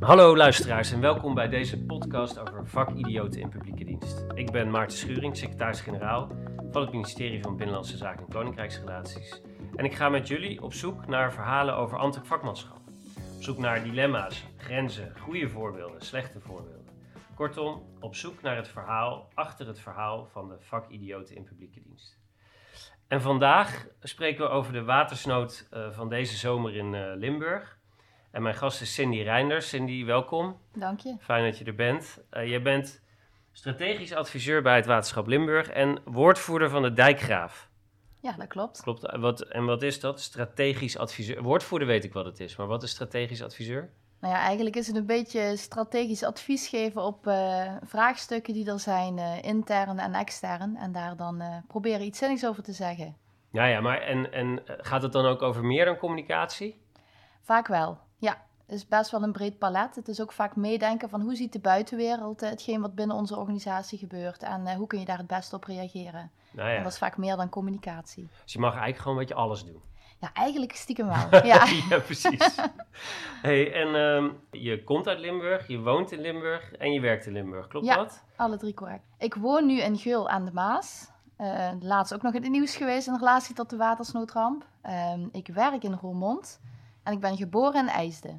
Hallo luisteraars en welkom bij deze podcast over vakidioten in publieke dienst. Ik ben Maarten Schuring, secretaris-generaal van het ministerie van Binnenlandse Zaken en Koninkrijksrelaties. En ik ga met jullie op zoek naar verhalen over ambtelijk vakmanschap. Op zoek naar dilemma's, grenzen, goede voorbeelden, slechte voorbeelden. Kortom, op zoek naar het verhaal achter het verhaal van de vakidioten in publieke dienst. En vandaag spreken we over de watersnood van deze zomer in Limburg. En mijn gast is Cindy Reinders. Cindy, welkom. Dank je. Fijn dat je er bent. Jij bent strategisch adviseur bij het Waterschap Limburg en woordvoerder van de Dijkgraaf. Ja, dat klopt. Klopt. Wat is dat? Strategisch adviseur. Woordvoerder weet ik wat het is, maar wat is strategisch adviseur? Nou ja, eigenlijk is het een beetje strategisch advies geven op vraagstukken die er zijn, intern en extern. En daar dan proberen iets zinnigs over te zeggen. Ja, maar en gaat het dan ook over meer dan communicatie? Vaak wel, ja. Het is best wel een breed palet. Het is ook vaak meedenken van hoe ziet de buitenwereld hetgeen wat binnen onze organisatie gebeurt. En hoe kun je daar het beste op reageren. Nou ja. En dat is vaak meer dan communicatie. Dus je mag eigenlijk gewoon een beetje alles doen. Ja, eigenlijk stiekem wel, ja. Ja, precies. Hey, en je komt uit Limburg, je woont in Limburg en je werkt in Limburg, klopt dat? Ja, alle drie correct. Ik woon nu in Geul aan de Maas. Laatst ook nog in het nieuws geweest in relatie tot de watersnoodramp. Ik werk in Roermond en ik ben geboren in IJsden.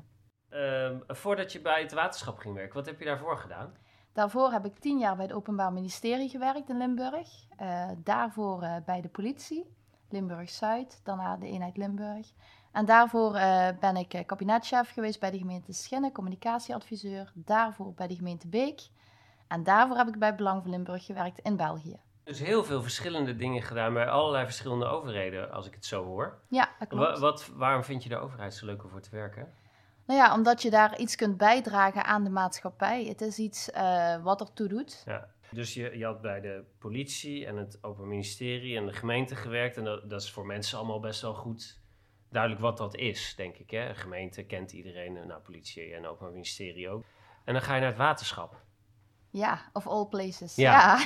Voordat je bij het waterschap ging werken, wat heb je daarvoor gedaan? Daarvoor heb ik 10 jaar bij het Openbaar Ministerie gewerkt in Limburg. Daarvoor bij de politie, Limburg-Zuid, daarna de eenheid Limburg. En daarvoor ben ik kabinetchef geweest bij de gemeente Schinnen, communicatieadviseur. Daarvoor bij de gemeente Beek. En daarvoor heb ik bij Belang van Limburg gewerkt in België. Dus heel veel verschillende dingen gedaan bij allerlei verschillende overheden, als ik het zo hoor. Ja, dat klopt. Waarom vind je de overheid zo leuk om voor te werken? Nou ja, omdat je daar iets kunt bijdragen aan de maatschappij. Het is iets wat ertoe doet. Ja. Dus je had bij de politie en het Openbaar Ministerie en de gemeente gewerkt. En dat is voor mensen allemaal best wel goed duidelijk wat dat is, denk ik. Hè? De gemeente kent iedereen, politie en Openbaar Ministerie ook. En dan ga je naar het waterschap. Ja, of all places. Ja.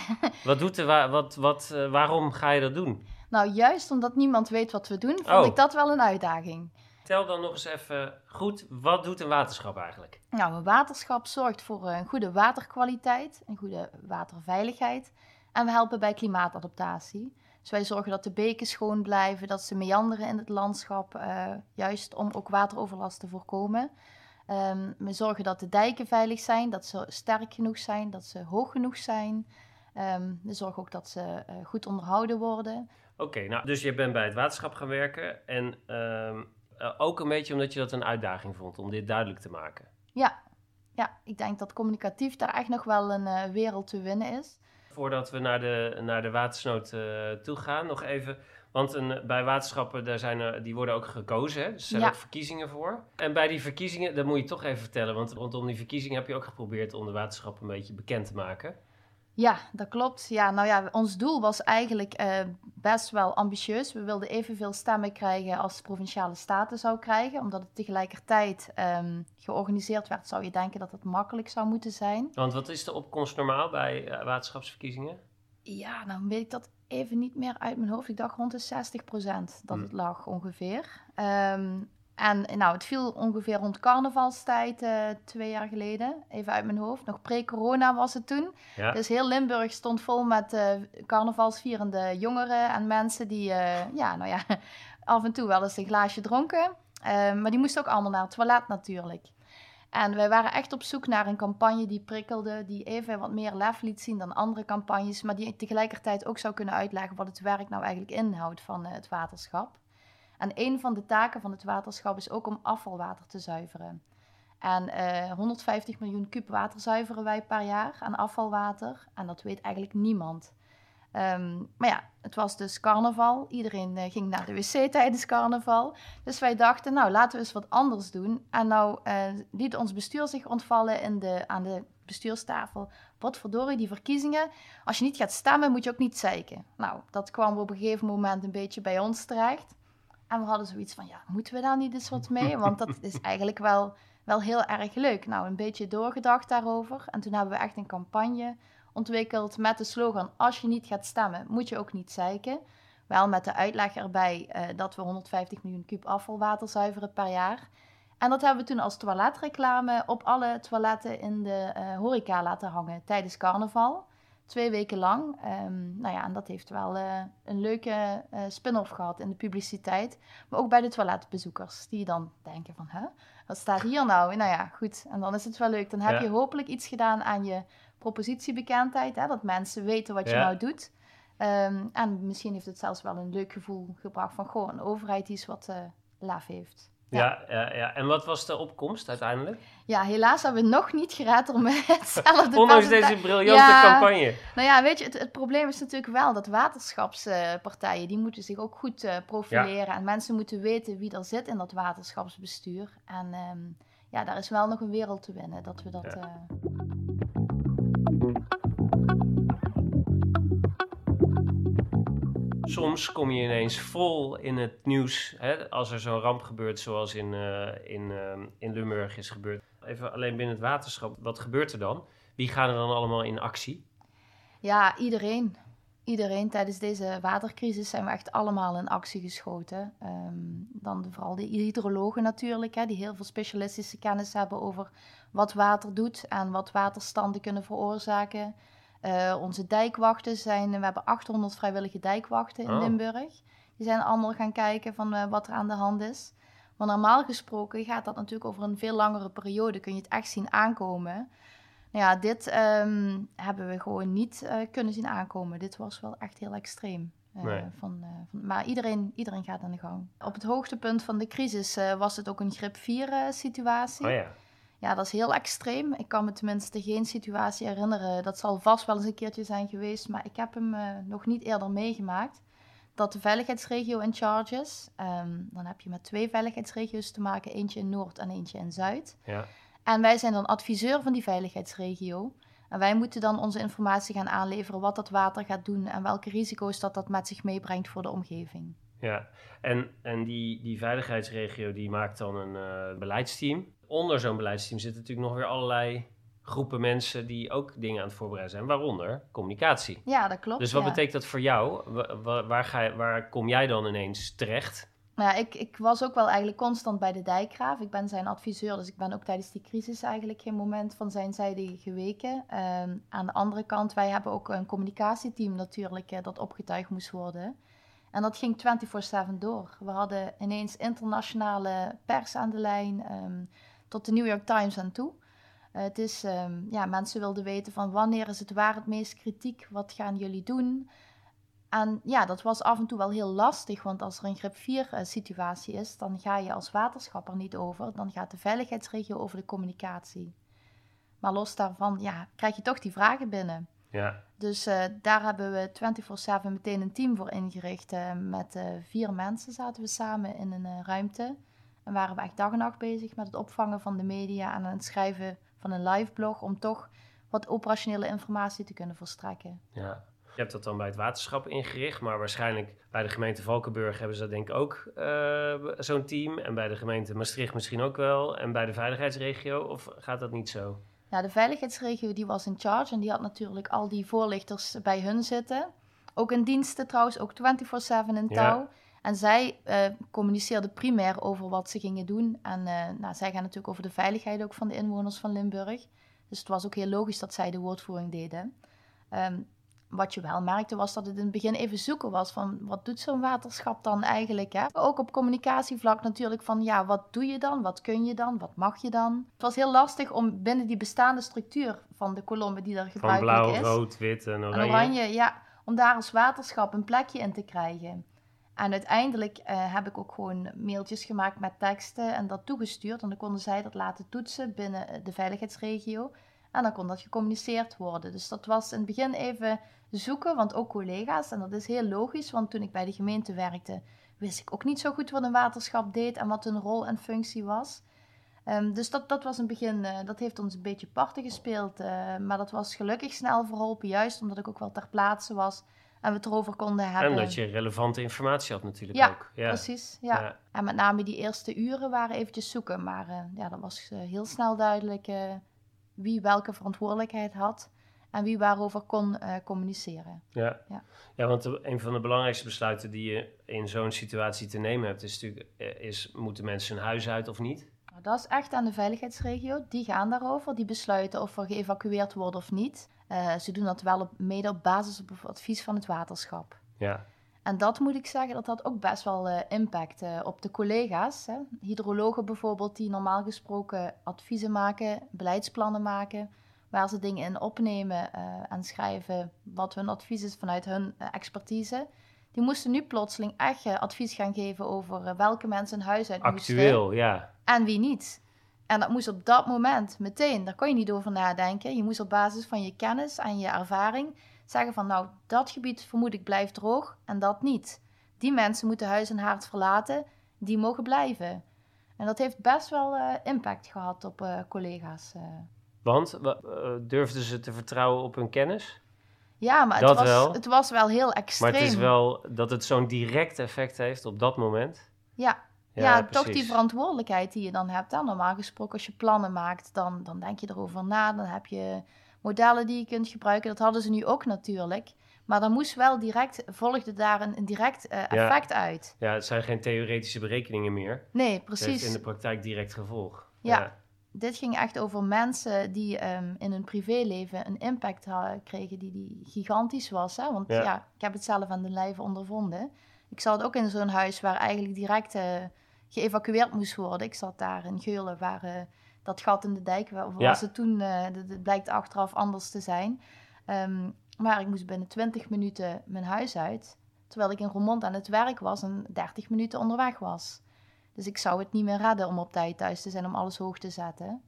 Waarom ga je dat doen? Nou, juist omdat niemand weet wat we doen, vond ik dat wel een uitdaging. Vertel dan nog eens even goed, wat doet een waterschap eigenlijk? Nou, een waterschap zorgt voor een goede waterkwaliteit, een goede waterveiligheid. En we helpen bij klimaatadaptatie. Dus wij zorgen dat de beken schoon blijven, dat ze meanderen in het landschap, juist om ook wateroverlast te voorkomen. We zorgen dat de dijken veilig zijn, dat ze sterk genoeg zijn, dat ze hoog genoeg zijn. We zorgen ook dat ze goed onderhouden worden. Oké, nou, dus je bent bij het waterschap gaan werken en ook een beetje omdat je dat een uitdaging vond om dit duidelijk te maken. Ja, ik denk dat communicatief daar echt nog wel een wereld te winnen is. Voordat we naar de watersnood toe gaan, nog even. Want bij waterschappen, die worden ook gekozen, hè? Dus er zijn ook verkiezingen voor. En bij die verkiezingen, dat moet je toch even vertellen, want rondom die verkiezingen heb je ook geprobeerd om de waterschappen een beetje bekend te maken. Ja, dat klopt. Ja, nou ja, ons doel was eigenlijk best wel ambitieus. We wilden evenveel stemmen krijgen als de provinciale staten zou krijgen. Omdat het tegelijkertijd georganiseerd werd, zou je denken dat het makkelijk zou moeten zijn. Want wat is de opkomst normaal bij waterschapsverkiezingen? Ja, nou weet ik dat even niet meer uit mijn hoofd. Ik dacht rond de 60% dat het lag ongeveer. En nou, het viel ongeveer rond carnavalstijd 2 jaar geleden. Even uit mijn hoofd. Nog pre-corona was het toen. Ja. Dus heel Limburg stond vol met carnavalsvierende jongeren en mensen die af en toe wel eens een glaasje dronken. Maar die moesten ook allemaal naar het toilet natuurlijk. En wij waren echt op zoek naar een campagne die prikkelde, die even wat meer lef liet zien dan andere campagnes, maar die tegelijkertijd ook zou kunnen uitleggen wat het werk nou eigenlijk inhoudt van het waterschap. En een van de taken van het waterschap is ook om afvalwater te zuiveren. En 150 miljoen kuub water zuiveren wij per jaar aan afvalwater. En dat weet eigenlijk niemand. Maar ja, het was dus carnaval. Iedereen ging naar de wc tijdens carnaval. Dus wij dachten, nou laten we eens wat anders doen. En nou liet ons bestuur zich ontvallen aan de bestuurstafel. Wat verdorie, die verkiezingen. Als je niet gaat stemmen, moet je ook niet zeiken. Nou, dat kwam op een gegeven moment een beetje bij ons terecht. En we hadden zoiets van, ja, moeten we daar niet eens wat mee? Want dat is eigenlijk wel heel erg leuk. Nou, een beetje doorgedacht daarover. En toen hebben we echt een campagne ontwikkeld met de slogan, als je niet gaat stemmen, moet je ook niet zeiken. Wel met de uitleg erbij dat we 150 miljoen kuub afvalwater zuiveren per jaar. En dat hebben we toen als toiletreclame op alle toiletten in de horeca laten hangen tijdens carnaval. 2 weken lang. En dat heeft wel een leuke spin-off gehad in de publiciteit. Maar ook bij de toiletbezoekers. Die dan denken van, wat staat hier nou? Nou ja, goed. En dan is het wel leuk. Dan heb je hopelijk iets gedaan aan je propositiebekendheid. Hè? Dat mensen weten wat je nou doet. En misschien heeft het zelfs wel een leuk gevoel gebracht van, goh, een overheid die eens wat laf heeft. Ja. En wat was de opkomst uiteindelijk? Ja, helaas hebben we nog niet geraad om hetzelfde... Ondanks deze briljante campagne. Nou ja, weet je, het probleem is natuurlijk wel dat waterschapspartijen, die moeten zich ook goed profileren. En mensen moeten weten wie er zit in dat waterschapsbestuur. En daar is wel nog een wereld te winnen, dat we dat... Soms kom je ineens vol in het nieuws, hè, als er zo'n ramp gebeurt zoals in Limburg is gebeurd. Even alleen binnen het waterschap, wat gebeurt er dan? Wie gaan er dan allemaal in actie? Ja, iedereen. Iedereen. Tijdens deze watercrisis zijn we echt allemaal in actie geschoten. Dan vooral de hydrologen natuurlijk, hè, die heel veel specialistische kennis hebben over wat water doet en wat waterstanden kunnen veroorzaken. Onze dijkwachten we hebben 800 vrijwillige dijkwachten in Limburg. Die zijn allemaal gaan kijken van wat er aan de hand is. Maar normaal gesproken gaat dat natuurlijk over een veel langere periode. Kun je het echt zien aankomen. Nou ja, dit hebben we gewoon niet kunnen zien aankomen. Dit was wel echt heel extreem. Maar iedereen gaat aan de gang. Op het hoogtepunt van de crisis was het ook een griep 4 situatie. Oh ja. Ja, dat is heel extreem. Ik kan me tenminste geen situatie herinneren. Dat zal vast wel eens een keertje zijn geweest, maar ik heb hem nog niet eerder meegemaakt. Dat de veiligheidsregio in charge is. Dan heb je met 2 veiligheidsregio's te maken. Eentje in Noord en eentje in Zuid. Ja. En wij zijn dan adviseur van die veiligheidsregio. En wij moeten dan onze informatie gaan aanleveren wat dat water gaat doen en welke risico's dat met zich meebrengt voor de omgeving. Ja, en die veiligheidsregio die maakt dan een beleidsteam. Onder zo'n beleidsteam zitten natuurlijk nog weer allerlei groepen mensen die ook dingen aan het voorbereiden zijn, waaronder communicatie. Ja, dat klopt. Dus wat betekent dat voor jou? Waar kom jij dan ineens terecht? Nou ja, ik was ook wel eigenlijk constant bij de dijkgraaf. Ik ben zijn adviseur, dus ik ben ook tijdens die crisis eigenlijk geen moment van zijn zijde geweken. Aan de andere kant, wij hebben ook een communicatieteam natuurlijk dat opgetuigd moest worden. En dat ging 24/7 door. We hadden ineens internationale pers aan de lijn, tot de New York Times aan toe. Het is, mensen wilden weten van wanneer is het waar het meest kritiek, wat gaan jullie doen? En ja, dat was af en toe wel heel lastig, want als er een griep 4 situatie is, dan ga je als waterschap er niet over. Dan gaat de veiligheidsregio over de communicatie. Maar los daarvan, krijg je toch die vragen binnen. Ja. Dus daar hebben we 24/7 meteen een team voor ingericht. Met 4 mensen zaten we samen in een ruimte. En waren we echt dag en nacht bezig met het opvangen van de media en het schrijven van een live blog om toch wat operationele informatie te kunnen verstrekken. Ja. Je hebt dat dan bij het waterschap ingericht, maar waarschijnlijk bij de gemeente Valkenburg hebben ze dat denk ik ook zo'n team. En bij de gemeente Maastricht misschien ook wel. En bij de veiligheidsregio, of gaat dat niet zo? Ja, de veiligheidsregio die was in charge en die had natuurlijk al die voorlichters bij hun zitten. Ook in diensten trouwens, ook 24/7 in touw. Ja. En zij communiceerden primair over wat ze gingen doen. En zij gaan natuurlijk over de veiligheid ook van de inwoners van Limburg. Dus het was ook heel logisch dat zij de woordvoering deden. Wat je wel merkte was dat het in het begin even zoeken was van wat doet zo'n waterschap dan eigenlijk. Hè? Ook op communicatievlak natuurlijk van wat doe je dan, wat kun je dan, wat mag je dan. Het was heel lastig om binnen die bestaande structuur van de kolommen die er gebruikelijk is. Van blauw, rood, wit en oranje. Om daar als waterschap een plekje in te krijgen. En uiteindelijk heb ik ook gewoon mailtjes gemaakt met teksten en dat toegestuurd. En dan konden zij dat laten toetsen binnen de veiligheidsregio. En dan kon dat gecommuniceerd worden. Dus dat was in het begin even zoeken, want ook collega's. En dat is heel logisch, want toen ik bij de gemeente werkte, wist ik ook niet zo goed wat een waterschap deed en wat hun rol en functie was. Dus dat was in het begin, dat heeft ons een beetje parten gespeeld. Maar dat was gelukkig snel verholpen, juist omdat ik ook wel ter plaatse was en we het erover konden hebben. En dat je relevante informatie had natuurlijk ook. Ja, precies. Ja. En met name die eerste uren waren eventjes zoeken. Maar dat was heel snel duidelijk wie welke verantwoordelijkheid had en wie waarover kon communiceren. Ja, want een van de belangrijkste besluiten die je in zo'n situatie te nemen hebt, is natuurlijk, moeten mensen hun huis uit of niet? Dat is echt aan de veiligheidsregio. Die gaan daarover. Die besluiten of er geëvacueerd wordt of niet. Ze doen dat wel mede op basis op advies van het waterschap. Ja. En dat moet ik zeggen, dat had ook best wel impact op de collega's. Hè. Hydrologen bijvoorbeeld, die normaal gesproken adviezen maken, beleidsplannen maken, waar ze dingen in opnemen en schrijven wat hun advies is vanuit hun expertise. Die moesten nu plotseling echt advies gaan geven over welke mensen een huis uit moesten. Actueel, ja. En wie niet. En dat moest op dat moment meteen, daar kon je niet over nadenken. Je moest op basis van je kennis en je ervaring zeggen van nou, dat gebied vermoed ik blijft droog en dat niet. Die mensen moeten huis en haard verlaten, die mogen blijven. En dat heeft best wel impact gehad op collega's. Want durfden ze te vertrouwen op hun kennis? Ja, maar het was wel heel extreem. Maar het is wel dat het zo'n direct effect heeft op dat moment. Ja, toch die verantwoordelijkheid die je dan hebt. Hè? Normaal gesproken als je plannen maakt, dan denk je erover na. Dan heb je modellen die je kunt gebruiken. Dat hadden ze nu ook natuurlijk. Maar dan moest wel volgde daar een direct effect uit. Ja, het zijn geen theoretische berekeningen meer. Nee, precies. Het heeft in de praktijk direct gevolg. Ja. Dit ging echt over mensen die in hun privéleven een impact kregen die gigantisch was. Hè? Want ik heb het zelf aan de lijve ondervonden. Ik zat ook in zo'n huis waar eigenlijk direct geëvacueerd moest worden. Ik zat daar in Geulen, waar dat gat in de dijk was het toen. Het blijkt achteraf anders te zijn. Maar ik moest binnen 20 minuten mijn huis uit. Terwijl ik in Roermond aan het werk was en 30 minuten onderweg was. Dus ik zou het niet meer redden om op tijd thuis te zijn, om alles hoog te zetten.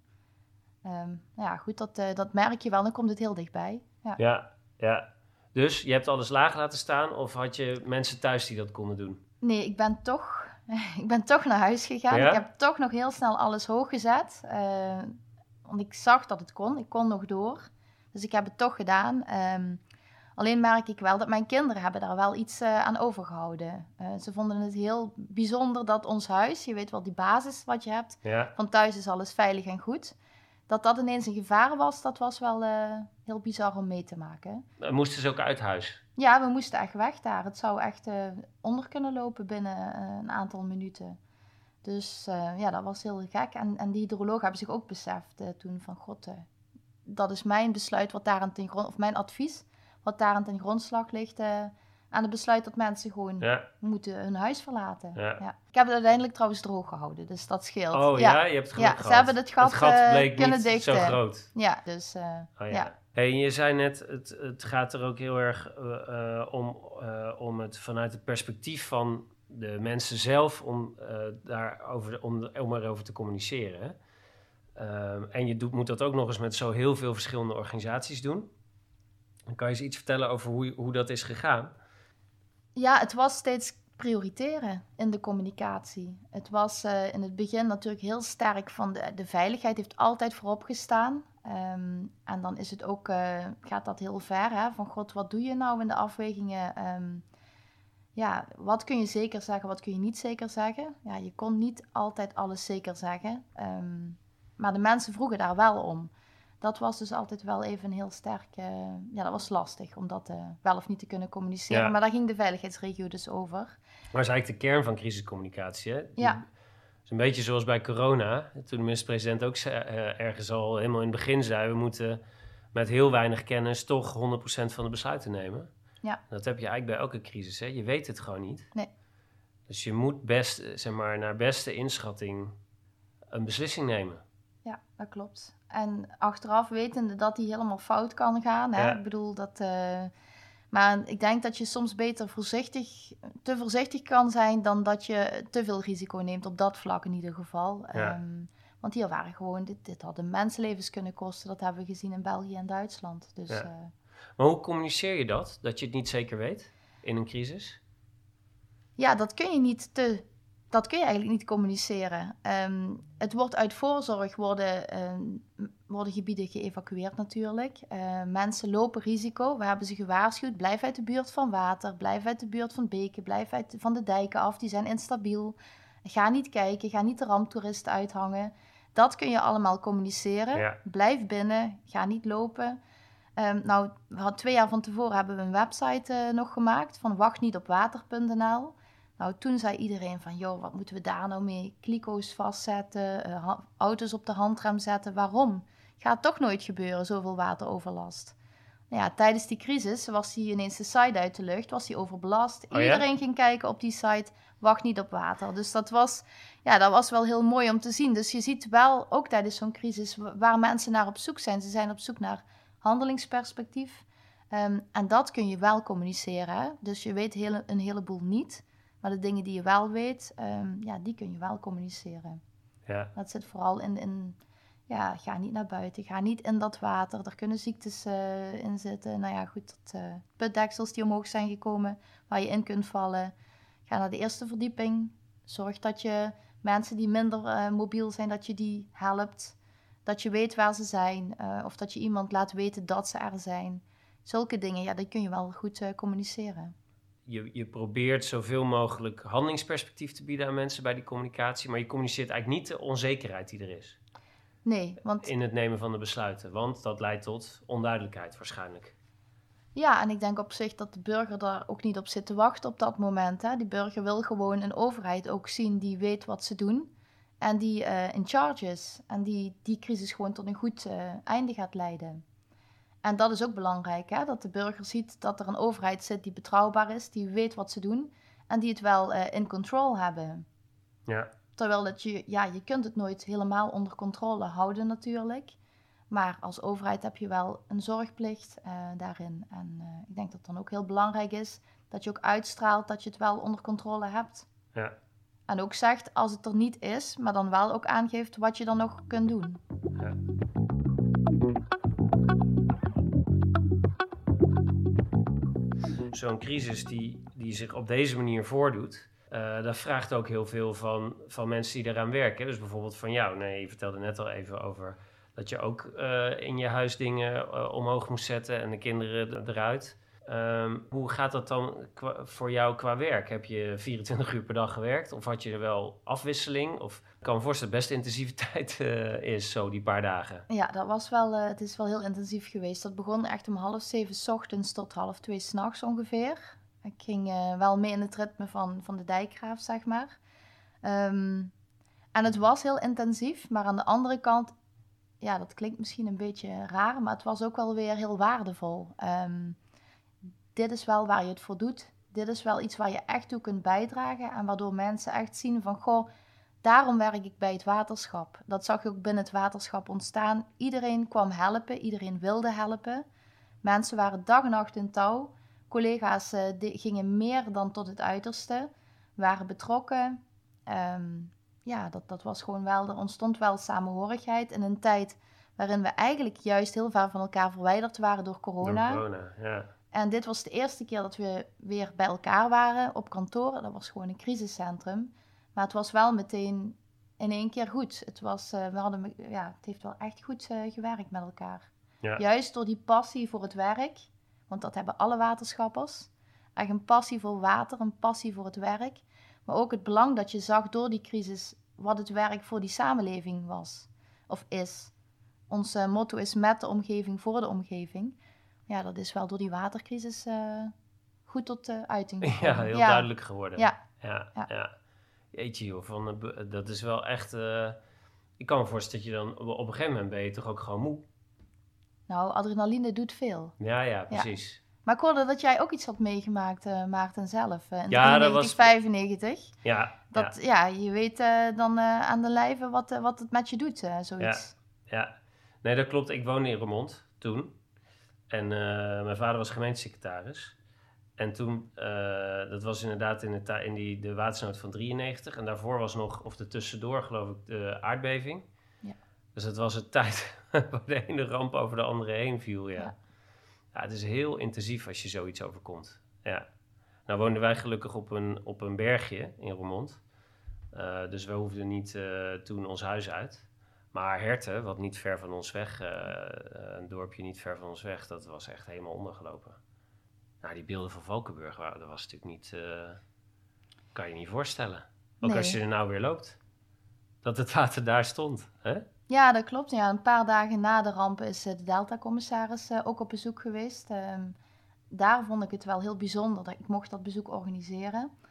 Goed, dat merk je wel. Dan komt het heel dichtbij. Ja. Dus je hebt alles laag laten staan of had je mensen thuis die dat konden doen? Nee, ik ben toch naar huis gegaan. Ja? Ik heb toch nog heel snel alles hoog gezet. Want ik zag dat het kon. Ik kon nog door. Dus ik heb het toch gedaan. Alleen merk ik wel dat mijn kinderen hebben daar wel iets aan overgehouden. Ze vonden het heel bijzonder dat ons huis, je weet wel die basis wat je hebt, van thuis is alles veilig en goed. Dat ineens een gevaar was, dat was wel heel bizar om mee te maken. Moesten ze ook uit huis? Ja, we moesten echt weg daar. Het zou echt onder kunnen lopen binnen een aantal minuten. Dus dat was heel gek. En die hydrologen hebben zich ook beseft toen van god, dat is mijn besluit wat daar of mijn advies wat daar aan ten grondslag ligt aan het besluit dat mensen gewoon moeten hun huis verlaten. Ja. Ik heb het uiteindelijk trouwens droog gehouden, dus dat scheelt. Oh ja, je hebt het geluk gehad. Ze hebben het gat bleek kunnen niet dichten. zo groot. Ja, dus Hey, je zei net, het gaat er ook heel erg om het vanuit het perspectief van de mensen zelf om erover te communiceren. En je moet dat ook nog eens met zo heel veel verschillende organisaties doen. Dan kan je eens iets vertellen over hoe dat is gegaan? Ja, het was steeds prioriteren in de communicatie. Het was in het begin natuurlijk heel sterk van de veiligheid heeft altijd voorop gestaan. En dan is het ook, gaat dat heel ver, hè? Van god, wat doe je nou in de afwegingen? Wat kun je zeker zeggen, wat kun je niet zeker zeggen? Ja, je kon niet altijd alles zeker zeggen. Maar de mensen vroegen daar wel om. Dat was dus altijd wel even een heel sterk... dat was lastig om dat wel of niet te kunnen communiceren. Ja. Maar daar ging de veiligheidsregio dus over. Maar dat is eigenlijk de kern van crisiscommunicatie, hè? Ja. Het is een beetje zoals bij corona. Toen de minister-president ook ergens al helemaal in het begin zei... we moeten met heel weinig kennis toch 100% van de besluiten nemen. Ja. Dat heb je eigenlijk bij elke crisis, hè? Je weet het gewoon niet. Nee. Dus je moet naar beste inschatting een beslissing nemen. Ja, dat klopt. En achteraf wetende dat die helemaal fout kan gaan. Hè? Ja. Ik bedoel, maar ik denk dat je soms beter te voorzichtig kan zijn... dan dat je te veel risico neemt op dat vlak in ieder geval. Ja. Want hier waren gewoon... Dit hadden mensenlevens kunnen kosten. Dat hebben we gezien in België en Duitsland. Dus, Maar hoe communiceer je dat? Dat je het niet zeker weet in een crisis? Ja, dat kun je eigenlijk niet communiceren. Het wordt uit voorzorg worden gebieden geëvacueerd natuurlijk. Mensen lopen risico. We hebben ze gewaarschuwd. Blijf uit de buurt van water. Blijf uit de buurt van beken. Blijf van de dijken af. Die zijn instabiel. Ga niet kijken. Ga niet de ramptoeristen uithangen. Dat kun je allemaal communiceren. Ja. Blijf binnen. Ga niet lopen. We hadden 2 jaar van tevoren hebben we een website nog gemaakt van wachtnietopwater.nl. Nou, toen zei iedereen van, joh, wat moeten we daar nou mee? Kliko's vastzetten, auto's op de handrem zetten. Waarom? Gaat toch nooit gebeuren, zoveel wateroverlast. Nou ja, tijdens die crisis was die ineens de site uit de lucht, was die overbelast. Oh ja? Iedereen ging kijken op die site, wacht niet op water. Dus dat was wel heel mooi om te zien. Dus je ziet wel, ook tijdens zo'n crisis, waar mensen naar op zoek zijn. Ze zijn op zoek naar handelingsperspectief. En dat kun je wel communiceren. Hè? Dus je weet een heleboel niet. Maar de dingen die je wel weet, die kun je wel communiceren. Ja. Dat zit vooral in ga niet naar buiten. Ga niet in dat water. Er kunnen ziektes in zitten. Nou ja, goed, putdeksels die omhoog zijn gekomen, waar je in kunt vallen. Ga naar de eerste verdieping. Zorg dat je mensen die minder mobiel zijn, dat je die helpt. Dat je weet waar ze zijn. Of dat je iemand laat weten dat ze er zijn. Zulke dingen, die kun je wel goed communiceren. Je probeert zoveel mogelijk handelingsperspectief te bieden aan mensen bij die communicatie, maar je communiceert eigenlijk niet de onzekerheid die er is. Nee, want in het nemen van de besluiten, want dat leidt tot onduidelijkheid waarschijnlijk. Ja, en ik denk op zich dat de burger daar ook niet op zit te wachten op dat moment. Hè. Die burger wil gewoon een overheid ook zien die weet wat ze doen en die in charge is. En die crisis gewoon tot een goed einde gaat leiden. En dat is ook belangrijk, hè, dat de burger ziet dat er een overheid zit die betrouwbaar is, die weet wat ze doen en die het wel in control hebben. Ja. Terwijl je kunt het nooit helemaal onder controle houden natuurlijk. Maar als overheid heb je wel een zorgplicht daarin. En ik denk dat het dan ook heel belangrijk is dat je ook uitstraalt dat je het wel onder controle hebt. Ja. En ook zegt als het er niet is, maar dan wel ook aangeeft wat je dan nog kunt doen. Ja. Zo'n crisis die zich op deze manier voordoet, dat vraagt ook heel veel van mensen die eraan werken. Dus bijvoorbeeld van jou. Nee, je vertelde net al even over dat je ook in je huis dingen omhoog moest zetten en de kinderen eruit. Hoe gaat dat dan voor jou qua werk? Heb je 24 uur per dag gewerkt? Of had je er wel afwisseling? Of ik kan me voorstellen dat het best intensiviteit is, zo die paar dagen. Ja, dat was het is wel heel intensief geweest. Dat begon echt om 6:30 's ochtends tot 2:30 's nachts ongeveer. Ik ging wel mee in het ritme van de dijkgraaf, zeg maar. En het was heel intensief, maar aan de andere kant, ja, dat klinkt misschien een beetje raar, maar het was ook wel weer heel waardevol. Dit is wel waar je het voor doet. Dit is wel iets waar je echt toe kunt bijdragen en waardoor mensen echt zien van, goh, daarom werk ik bij het waterschap. Dat zag je ook binnen het waterschap ontstaan. Iedereen kwam helpen, iedereen wilde helpen. Mensen waren dag en nacht in touw. Collega's gingen meer dan tot het uiterste, waren betrokken. Dat was gewoon wel, er ontstond wel samenhorigheid in een tijd waarin we eigenlijk juist heel ver van elkaar verwijderd waren door corona. Door corona, ja. En dit was de eerste keer dat we weer bij elkaar waren op kantoor. Dat was gewoon een crisiscentrum. Maar het was wel meteen in één keer goed. Het heeft wel echt goed gewerkt met elkaar. Ja. Juist door die passie voor het werk. Want dat hebben alle waterschappers. Echt een passie voor water, een passie voor het werk. Maar ook het belang dat je zag door die crisis wat het werk voor die samenleving was. Of is. Ons motto is met de omgeving voor de omgeving. Ja, dat is wel door die watercrisis goed tot uiting gekomen. Ja, heel duidelijk geworden. Ja. Jeetje joh, dat is wel echt... ik kan me voorstellen dat je dan op een gegeven moment ben je toch ook gewoon moe. Nou, adrenaline doet veel. Ja, precies. Ja. Maar ik hoorde dat jij ook iets had meegemaakt, Maarten, zelf. In 1995. Ja. Je weet dan aan de lijve wat het met je doet, zoiets. Ja. Nee, dat klopt. Ik woonde in Roermond toen. En mijn vader was gemeentesecretaris. En toen, dat was inderdaad in de watersnood van 93. En daarvoor was nog, of tussendoor geloof ik, de aardbeving. Ja. Dus het was een tijd waar de ene ramp over de andere heen viel, ja. Ja, het is heel intensief als je zoiets overkomt. Ja. Nou woonden wij gelukkig op een bergje in Roermond. Dus we hoefden niet toen ons huis uit. Maar Herten, wat niet ver van ons weg, een dorpje niet ver van ons weg, dat was echt helemaal ondergelopen. Nou, die beelden van Valkenburg, dat was natuurlijk niet, kan je niet voorstellen. Ook als je er nou weer loopt, dat het water daar stond, hè? Ja, dat klopt. Ja, een paar dagen na de ramp is de Delta-commissaris ook op bezoek geweest. Daar vond ik het wel heel bijzonder dat ik mocht dat bezoek organiseren.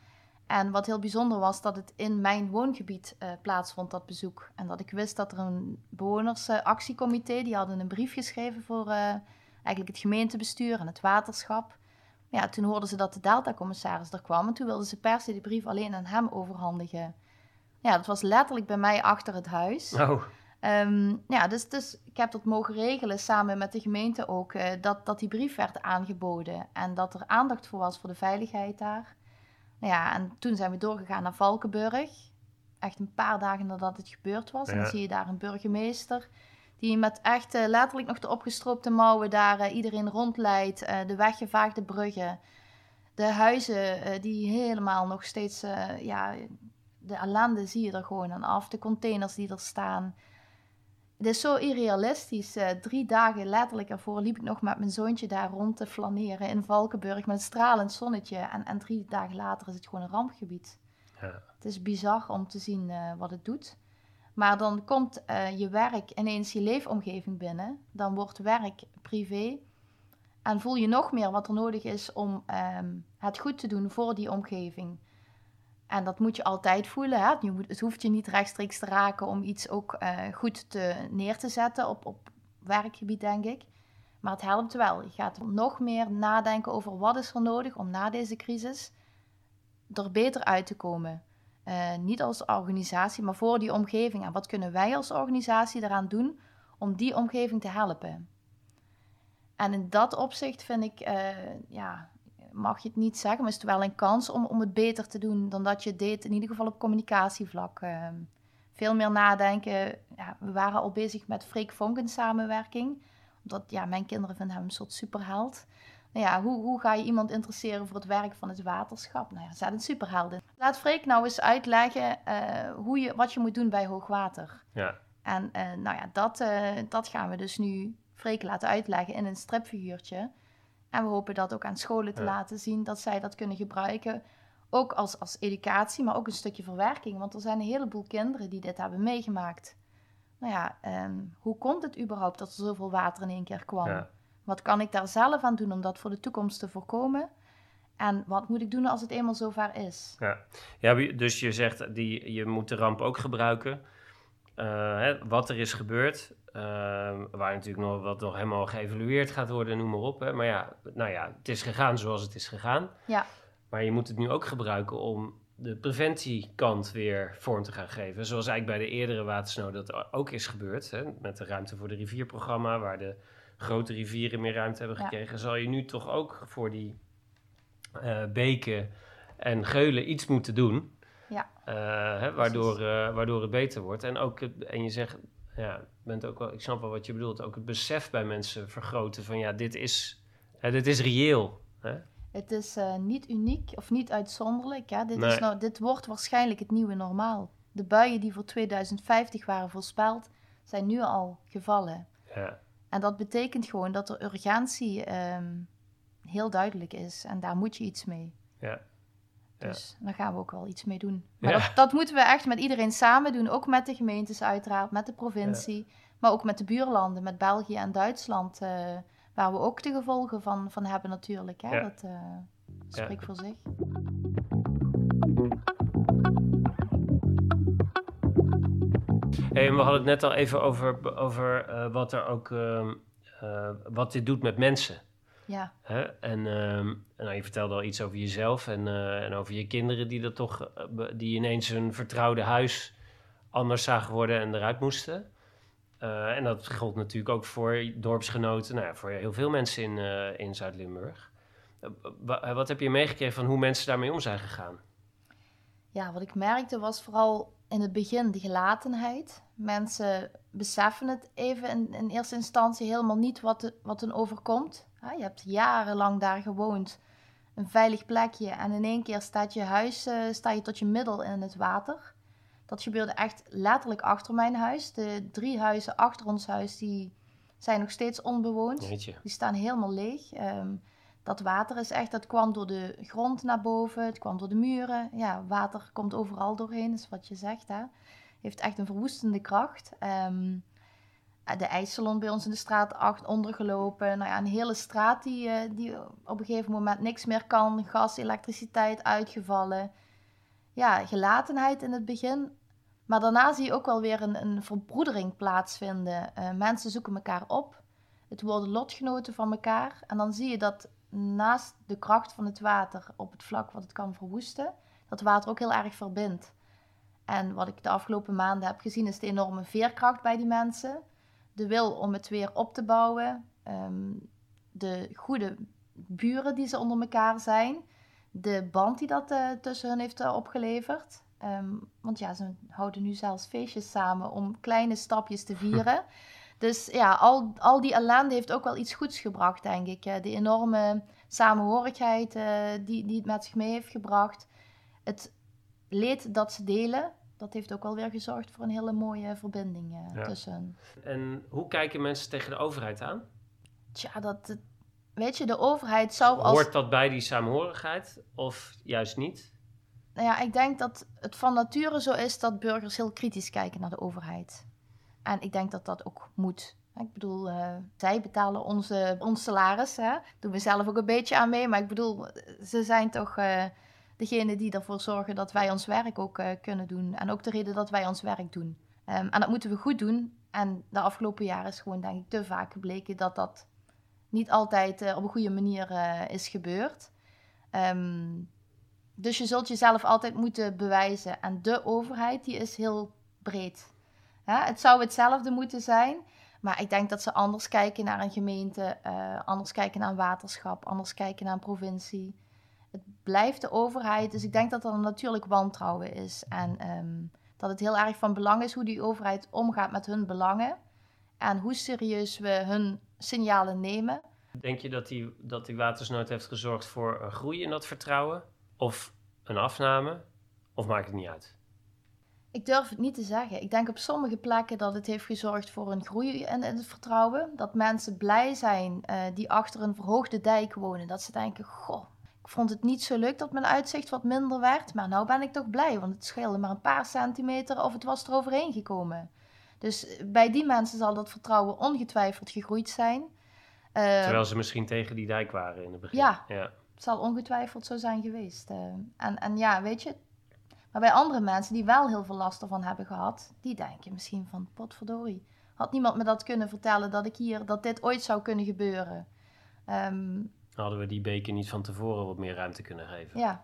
En wat heel bijzonder was, dat het in mijn woongebied plaatsvond, dat bezoek. En dat ik wist dat er een bewonersactiecomité, die hadden een brief geschreven voor eigenlijk het gemeentebestuur en het waterschap. Ja, toen hoorden ze dat de Delta-commissaris er kwam en toen wilden ze per se die brief alleen aan hem overhandigen. Ja, dat was letterlijk bij mij achter het huis. Oh. Dus ik heb dat mogen regelen samen met de gemeente ook, dat die brief werd aangeboden en dat er aandacht voor was voor de veiligheid daar. Nou ja, en toen zijn we doorgegaan naar Valkenburg. Echt een paar dagen nadat het gebeurd was. Ja. En dan zie je daar een burgemeester die met echt letterlijk nog de opgestroopte mouwen daar iedereen rondleidt. De weggevaagde bruggen. De huizen die helemaal nog steeds, de ellende zie je er gewoon aan af. De containers die er staan. Het is zo irrealistisch. 3 dagen letterlijk ervoor liep ik nog met mijn zoontje daar rond te flaneren in Valkenburg met een stralend zonnetje. En 3 dagen later is het gewoon een rampgebied. Ja. Het is bizar om te zien wat het doet. Maar dan komt je werk ineens je leefomgeving binnen. Dan wordt werk privé. En voel je nog meer wat er nodig is om het goed te doen voor die omgeving. En dat moet je altijd voelen. Hè? Het hoeft je niet rechtstreeks te raken om iets ook goed neer te zetten op werkgebied, denk ik. Maar het helpt wel. Je gaat nog meer nadenken over wat is er nodig om na deze crisis er beter uit te komen. Niet als organisatie, maar voor die omgeving. En wat kunnen wij als organisatie eraan doen om die omgeving te helpen? En in dat opzicht vind ik, mag je het niet zeggen, maar is het wel een kans om het beter te doen dan dat je het deed, in ieder geval op communicatievlak. Veel meer nadenken. Ja, we waren al bezig met Freek Vonk samenwerking. Omdat mijn kinderen vinden hem een soort superheld. Nou ja, hoe ga je iemand interesseren voor het werk van het waterschap? Nou ja, zet een superhelden. Laat Freek nou eens uitleggen wat je moet doen bij hoogwater. Ja. En dat gaan we dus nu Freek laten uitleggen in een stripfiguurtje. En we hopen dat ook aan scholen te laten zien, dat zij dat kunnen gebruiken. Ook als educatie, maar ook een stukje verwerking. Want er zijn een heleboel kinderen die dit hebben meegemaakt. Nou ja, hoe komt het überhaupt dat er zoveel water in één keer kwam? Ja. Wat kan ik daar zelf aan doen om dat voor de toekomst te voorkomen? En wat moet ik doen als het eenmaal zover is? Ja, dus je zegt, je moet de ramp ook gebruiken. Wat er is gebeurd, waar natuurlijk nog helemaal geëvalueerd gaat worden, noem maar op. Hè. Maar het is gegaan zoals het is gegaan. Ja. Maar je moet het nu ook gebruiken om de preventiekant weer vorm te gaan geven. Zoals eigenlijk bij de eerdere watersnood dat ook is gebeurd. Hè, met de Ruimte voor de Rivierprogramma, waar de grote rivieren meer ruimte hebben gekregen. Zal je nu toch ook voor die beken en geulen iets moeten doen. Ja. Waardoor het beter wordt. En je zegt, ik snap wel wat je bedoelt, ook het besef bij mensen vergroten van dit is reëel. Hè? Het is niet uniek of niet uitzonderlijk. Hè? Dit wordt waarschijnlijk het nieuwe normaal. De buien die voor 2050 waren voorspeld, zijn nu al gevallen. Ja. En dat betekent gewoon dat de urgentie heel duidelijk is. En daar moet je iets mee. Ja. Dus daar gaan we ook wel iets mee doen. Maar dat moeten we echt met iedereen samen doen. Ook met de gemeentes uiteraard, met de provincie. Ja. Maar ook met de buurlanden, met België en Duitsland. Waar we ook de gevolgen van hebben natuurlijk. Hè? Ja. Dat spreekt voor zich. Hey, we hadden het net al even over wat er ook wat dit doet met mensen. Ja. Hè? En je vertelde al iets over jezelf en over je kinderen die ineens hun vertrouwde huis anders zagen worden en eruit moesten. En dat geldt natuurlijk ook voor dorpsgenoten, voor heel veel mensen in Zuid-Limburg. Wat heb je meegekregen van hoe mensen daarmee om zijn gegaan? Ja, wat ik merkte was vooral in het begin de gelatenheid. Mensen beseffen het even in eerste instantie helemaal niet wat hen overkomt. Je hebt jarenlang daar gewoond, een veilig plekje en in één keer sta je tot je middel in het water. Dat gebeurde echt letterlijk achter mijn huis. De 3 huizen achter ons huis die zijn nog steeds onbewoond. Jeetje. Die staan helemaal leeg. Dat water dat kwam door de grond naar boven, het kwam door de muren. Ja, water komt overal doorheen, is wat je zegt. Hè. Heeft echt een verwoestende kracht. De ijssalon bij ons in de straat ondergelopen. Een hele straat die op een gegeven moment niks meer kan. Gas, elektriciteit uitgevallen. gelatenheid in het begin. Maar daarna zie je ook wel weer een verbroedering plaatsvinden. Mensen zoeken elkaar op. Het worden lotgenoten van elkaar. En dan zie je dat naast de kracht van het water op het vlak wat het kan verwoesten, dat water ook heel erg verbindt. En wat ik de afgelopen maanden heb gezien is de enorme veerkracht bij die mensen. De wil om het weer op te bouwen. De goede buren die ze onder elkaar zijn. De band die dat tussen hen heeft opgeleverd. Want ja, ze houden nu zelfs feestjes samen om kleine stapjes te vieren. Dus ja, al die ellende heeft ook wel iets goeds gebracht, denk ik. De enorme samenhorigheid die het met zich mee heeft gebracht. Het leed dat ze delen, dat heeft ook wel weer gezorgd voor een hele mooie verbinding tussen hen. En hoe kijken mensen tegen de overheid aan? Tja, weet je, de overheid zou Hoort dat bij die samenhorigheid of juist niet? Nou ja, ik denk dat het van nature zo is dat burgers heel kritisch kijken naar de overheid. En ik denk dat dat ook moet. Ik bedoel, zij betalen ons salaris. Daar doen we zelf ook een beetje aan mee. Maar ik bedoel, ze zijn toch degene die ervoor zorgen dat wij ons werk ook kunnen doen. En ook de reden dat wij ons werk doen. En dat moeten we goed doen. En de afgelopen jaren is gewoon, denk ik, te vaak gebleken dat dat niet altijd op een goede manier is gebeurd. Dus je zult jezelf altijd moeten bewijzen. En de overheid, die is heel breed. Het zou hetzelfde moeten zijn, maar ik denk dat ze anders kijken naar een gemeente, anders kijken naar een waterschap, anders kijken naar een provincie. Het blijft de overheid, dus ik denk dat er natuurlijk wantrouwen is. En dat het heel erg van belang is hoe die overheid omgaat met hun belangen. En hoe serieus we hun signalen nemen. Denk je dat die watersnood heeft gezorgd voor een groei in dat vertrouwen? Of een afname? Of maakt het niet uit? Ik durf het niet te zeggen. Ik denk op sommige plekken dat het heeft gezorgd voor een groei in het vertrouwen. Dat mensen blij zijn die achter een verhoogde dijk wonen. Dat ze denken, goh, ik vond het niet zo leuk dat mijn uitzicht wat minder werd. Maar nou ben ik toch blij, want het scheelde maar een paar centimeter of het was er overheen gekomen. Dus bij die mensen zal dat vertrouwen ongetwijfeld gegroeid zijn. Terwijl ze misschien tegen die dijk waren in het begin. Ja. Het zal ongetwijfeld zo zijn geweest. En ja, weet je. Maar bij andere mensen die wel heel veel last ervan hebben gehad, die denken misschien van, potverdorie. Had niemand me dat kunnen vertellen dat dit ooit zou kunnen gebeuren. Hadden we die beker niet van tevoren wat meer ruimte kunnen geven. Ja.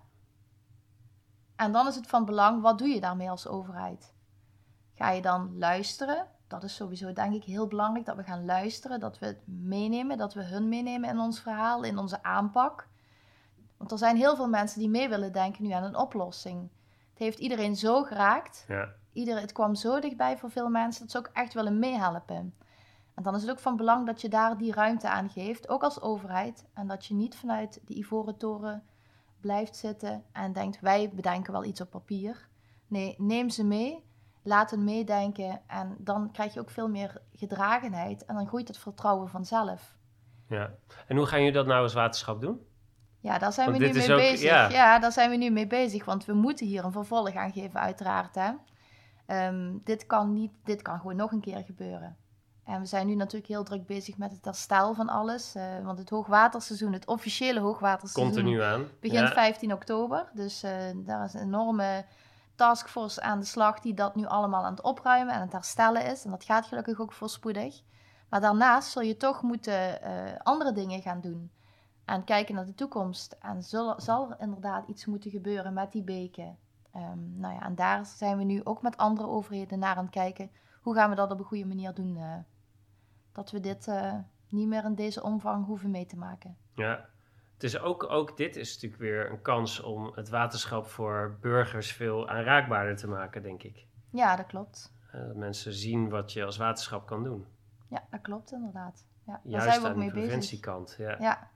En dan is het van belang, wat doe je daarmee als overheid? Ga je dan luisteren? Dat is sowieso denk ik heel belangrijk, dat we gaan luisteren, dat we het meenemen, dat we hun meenemen in ons verhaal, in onze aanpak. Want er zijn heel veel mensen die mee willen denken nu aan een oplossing. Het heeft iedereen zo geraakt. Ja. Het kwam zo dichtbij voor veel mensen dat ze ook echt willen meehelpen. En dan is het ook van belang dat je daar die ruimte aan geeft, ook als overheid. En dat je niet vanuit de ivoren toren blijft zitten en denkt, wij bedenken wel iets op papier. Nee, neem ze mee, laat hen meedenken en dan krijg je ook veel meer gedragenheid. En dan groeit het vertrouwen vanzelf. Ja. En hoe gaan jullie dat nou als waterschap doen? Ja, daar zijn we nu mee bezig. Ja, daar zijn we nu mee bezig, want we moeten hier een vervolg aan geven, uiteraard. Hè? Dit kan gewoon nog een keer gebeuren. En we zijn nu natuurlijk heel druk bezig met het herstel van alles. Want het hoogwaterseizoen, het officiële hoogwaterseizoen, komt er nu aan. Begint 15 oktober. Dus daar is een enorme taskforce aan de slag die dat nu allemaal aan het opruimen en het herstellen is. En dat gaat gelukkig ook voorspoedig. Maar daarnaast zul je toch moeten andere dingen gaan doen. En kijken naar de toekomst. En zal er inderdaad iets moeten gebeuren met die beken. En daar zijn we nu ook met andere overheden naar aan het kijken. Hoe gaan we dat op een goede manier doen? Dat we dit niet meer in deze omvang hoeven mee te maken. Ja, het is ook dit is natuurlijk weer een kans om het waterschap voor burgers veel aanraakbaarder te maken, denk ik. Ja, dat klopt. Dat mensen zien wat je als waterschap kan doen. Ja, dat klopt inderdaad. Ja, juist daar zijn we ook aan mee de preventiekant. Ja.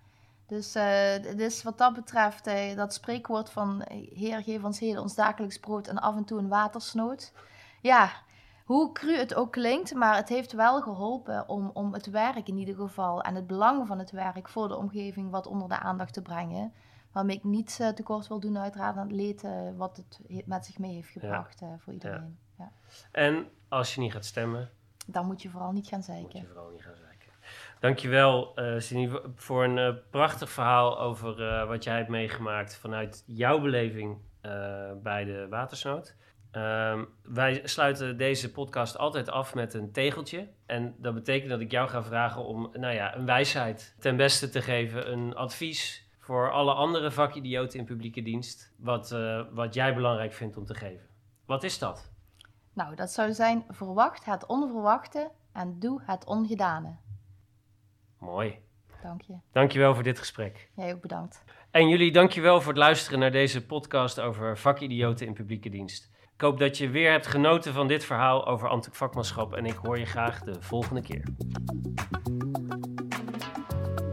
Dus wat dat betreft, dat spreekwoord van Heer, geef ons heden ons dagelijks brood en af en toe een watersnood. Ja, hoe cru het ook klinkt, maar het heeft wel geholpen om het werk in ieder geval en het belang van het werk voor de omgeving wat onder de aandacht te brengen. Waarmee ik niet tekort wil doen uiteraard aan het leed wat het met zich mee heeft gebracht voor iedereen. Ja. En als je niet gaat stemmen, dan moet je vooral niet gaan zeiken. Dankjewel, Cindy, voor een prachtig verhaal over wat jij hebt meegemaakt vanuit jouw beleving bij de watersnood. Wij sluiten deze podcast altijd af met een tegeltje. En dat betekent dat ik jou ga vragen om een wijsheid ten beste te geven. Een advies voor alle andere vakidioten in publieke dienst. Wat jij belangrijk vindt om te geven. Wat is dat? Nou, dat zou zijn: verwacht het onverwachte en doe het ongedane. Mooi. Dank je. Dankjewel voor dit gesprek. Jij ook bedankt. En jullie dankjewel voor het luisteren naar deze podcast over vakidioten in publieke dienst. Ik hoop dat je weer hebt genoten van dit verhaal over ambtelijk vakmanschap en ik hoor je graag de volgende keer.